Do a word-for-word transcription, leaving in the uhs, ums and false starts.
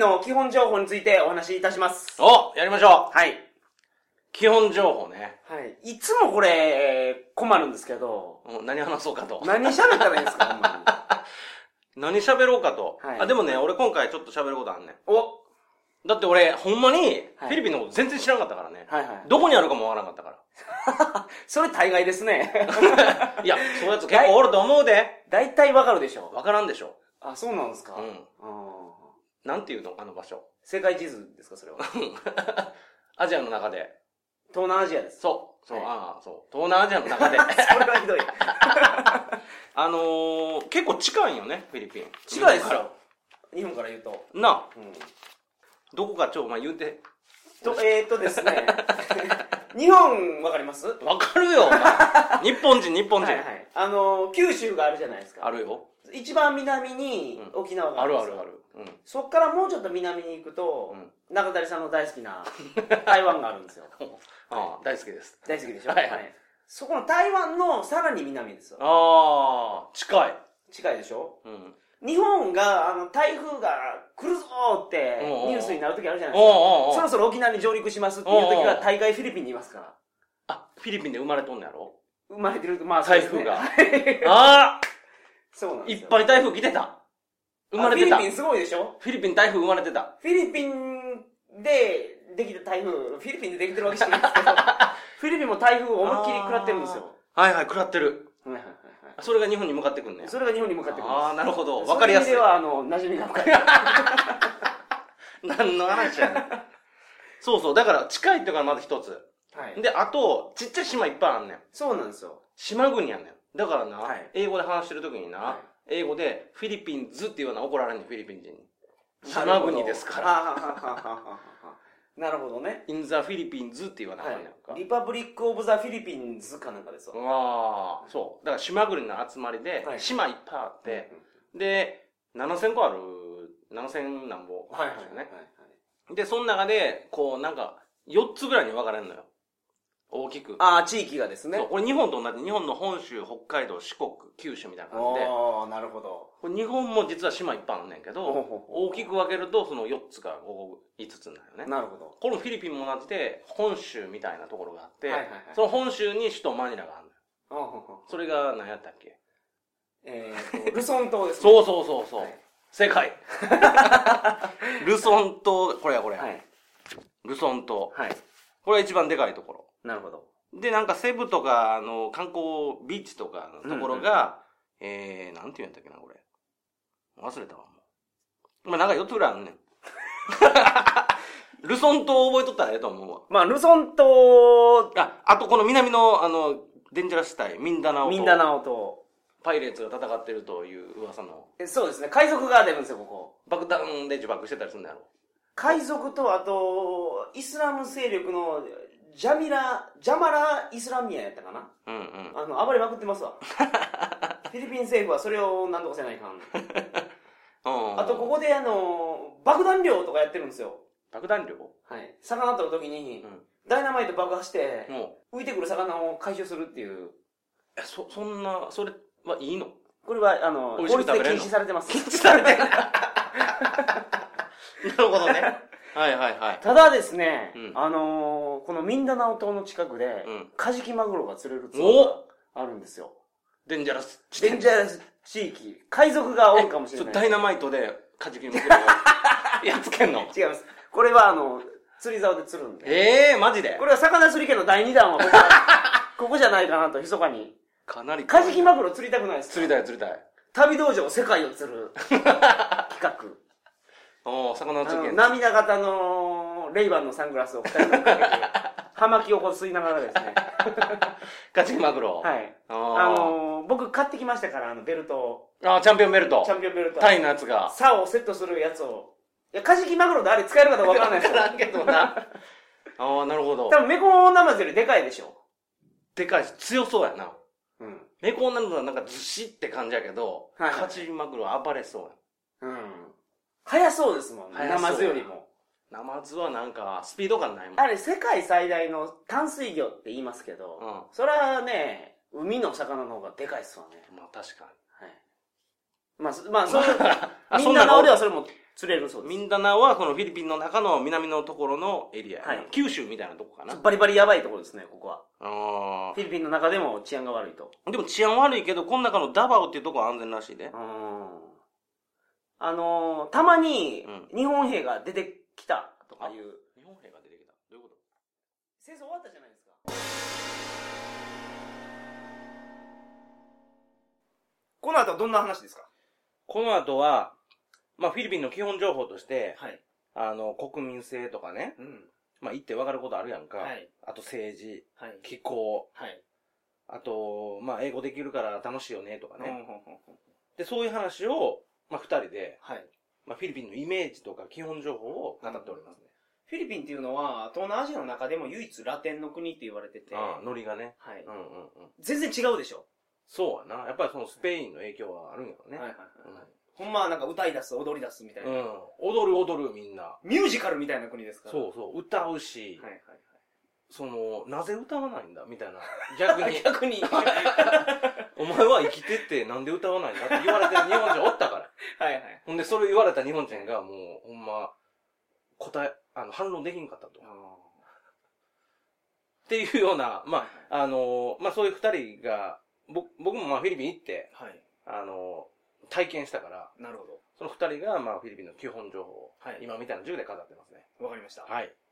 の基本情報についてお話しいたします。 お、やりましょう。はい。 基本情報ね。 はい。いつもこれ、困るんですけど。 何話そうかと。 何喋ったらいいんですか、ほんまに。何喋ろうかと。 はい。 あ、でもね、俺今回ちょっと喋ることあんねん。 おだって俺、ほんまに、フィリピンのこと全然知らなかったからね。 はいはい。 どこにあるかもわからなかったから。 それ大概ですね。 いや、そういうやつ結構おると思うで。 大体わかるでしょ。 わからんでしょ。 あ、そうなんですか。 うん。あなんていうのあの場所。 世界地図ですか、それは。 アジアの中で。 東南アジアです。 そう。そう、はい、ああ、そう。東南アジアの中で。 それはひどい。 あのー、結構近いよね、フィリピン。 近いですよ。日本から言うと。 なあ。うん。どこかちょ、まあ、言うて。 と、えーっとですね。日本、わかります？ わかるよ。日本人、日本人。はいはい。 あのー、九州があるじゃないですか。 あるよ。 一番南に沖縄があるんですよ。 うん、あるあるある。うん。 そっからもうちょっと南に行くと、うん、中谷さんの大好きな台湾があるんですよ。 ああ、大好きです。 大好きでしょ。はいはい。そこの台湾のさらに南ですよ。 ああ、近い。 近いでしょ。うん。日本が、あの、台風が来るぞーってニュースになるときあるじゃないですか。そろそろ沖縄に上陸しますっていうときは大概フィリピンにいますから。 あ、フィリピンで生まれとんのやろ？ 生まれてると、まあそうですね。台風が。ああそうなんですよ。 いっぱい台風来てた。 生まれてた。フィリピンすごいでしょ？ フィリピン台風生まれてた。 フィリピンでできた台風、フィリピンでできてるわけじゃないですけど、フィリピンも台風を思いっきり食らってるんですよ。 はいはい、食らってる。はいはいはい。それが日本に向かってくんね。 それが日本に向かってくるんです。 ああ、なるほど。わかりやすい。 そういう意味では、あの、馴染みが深い。 何の話やねん。そうそう。だから、近いっていうのがまず一つ。はい。で、あと、ちっちゃい島いっぱいあんねん。 そうなんですよ。 島国やねん。だからな、はい、英語で話してるときにな、はい、英語でフィリピンズって言うのは怒られんねん、フィリピン人に。島国ですから。 なるほどね。 in the Philippines って言わなあかんねんか。 リパブリックオブザフィリピンズかなんかですわ。 ああ、そう。だから島国の集まりで、はい、島いっぱいあって、うん、で、ななせんこある、ななせんなんぼあるんですよね。はいはいはいはい、で、その中で、こう、なんか、よっつぐらいに分かれるのよ。大きく。 ああ、地域がですね。 そう、これ日本と同じ、日本の本州、北海道、四国、九州みたいな感じで。 ああ、なるほど。 これ日本も実は島いっぱいあるんねんけど、大きく分けると、そのよっつからいつつになるよね。 なるほど。 このフィリピンも同じで、本州みたいなところがあって、はいはいはい、その本州に首都マニラがあるのよ。それが何やったっけ？ えーと、ルソン島ですね。 そうそうそうそう。はい、正解。ルソン島、これやこれ。はい、ルソン島。はい。これが一番でかいところ。 なるほど。で、 なんかセブとか、あの、観光ビーチとかのところが、うんうんうん、えー、なんて言うんだっけな、これ。忘れたわ、もう。まあ、なんかよっつぐらいあんねん。ルソン島覚えとったらええと思うわ。 まあ、ルソン島、 あ、あとこの南の、あの、デンジャラス隊、ミンダナオと。 ミンダナオと。 パイレーツが戦ってるという噂の。 え、そうですね。海賊が出るんですよ、ここ。 爆弾で自爆してたりするんだろう。 海賊と、あと、イスラム勢力の、ジャミラ、ジャマラ・イスラミアやったかな。うんうん。あの、暴れまくってますわ。フィリピン政府はそれを何とかせないかん。あと、ここで、あの、爆弾漁とかやってるんですよ。 爆弾漁？ はい。魚取るときに、うん、ダイナマイト爆破して、浮いてくる魚を回収するっていう。 え、そ、そんな、それはいいの？ これは、あの、法律で禁止されてます。 禁止されてる。なるほどね。はいはいはい。 ただですね、うん、あのー、このミンダナオ島の近くで、うん、カジキマグロが釣れるツアーがあるんですよ。 デンジャラス地域。デンジャラス地域。海賊が多いかもしれない。 ダイナマイトでカジキマグロをやっつけんの？ 違います。これはあの、釣り竿で釣るんで。 ええー、マジで？ これは魚釣り家のだいにだんはここここじゃないかなと、密かに。 かなり。 カジキマグロ釣りたくないですか？ 釣りたい釣りたい。 旅道場世界を釣る企画。 おー、魚釣り。 涙型のレイバンのサングラスをふたりともかけて、葉巻をこう吸いながらですね。 カジキマグロ。 はい。あのー、僕買ってきましたから、あの、ベルトを。 あ、チャンピオンベルト。 チャンピオンベルト。 タイのやつが。 竿をセットするやつを。いや、カジキマグロであれ使えるかどうかわからないですよ。 わからんけどな。ああ、なるほど。 多分メコンナマズよりでかいでしょ。 でかいし、強そうやな。うん。メコンナマズはなんかずしって感じやけど、はいはい、カジキマグロは暴れそうや。うん。 速そうですもんね。ナマズよりも。 ナマズはなんか、スピード感ないもん。 あれ、世界最大の淡水魚って言いますけど、うん、それはね、海の魚の方がでかいっすわね。 まあ確かに。 はい。まあ、まあ、そういう、みんなの俺はそれも釣れるそうです。 ミンダナオはそのフィリピンの中の南のところのエリアやな、はい、九州みたいなとこかな。 バリバリやばいところですね、ここは。あフィリピンの中でも治安が悪いと。 でも治安悪いけど、この中のダバオっていうとこは安全らしいで。 あのー、たまに日本兵が出てきたとかいう。 日本兵が出てきたどういうこと？ 戦争終わったじゃないですか。この後はどんな話ですか？ この後は、まあ、フィリピンの基本情報として、はい、あの、国民性とかね、うん、まあ、言って分かることあるやんか。はい、あと政治、はい、気候、はい、あと、まあ、英語できるから楽しいよねとかね。うん、で、そういう話を、まあ、二人で、はい、まあ、フィリピンのイメージとか基本情報を語っておりますね。 フィリピンっていうのは、東南アジアの中でも唯一ラテンの国って言われてて。 ああ、ノリがね。 はい。うんうんうん。全然違うでしょ。 そうやな。やっぱりそのスペインの影響はあるんやろね。はいはいはい。 うんほんまはなんか歌い出す、踊り出すみたいな。うん。 踊る踊るみんな。 ミュージカルみたいな国ですから。 そうそう。歌うし。はいはいはい。その、なぜ歌わないんだみたいな。逆に。 逆に。 お前は生きてってなんで歌わないんだって言われてる日本人おったから。はいはい。ほんで、それ言われた日本人がもう、ほんま、答え、あの、反論できんかったと。っていうような、まあ、あの、まあそういう二人が、僕もまあフィリピン行って、はい、あの、体験したから、 なるほど。 その二人が、まあ、フィリピンの基本情報を、はい、今みたいな銃で語ってますね。 わかりました。 はい。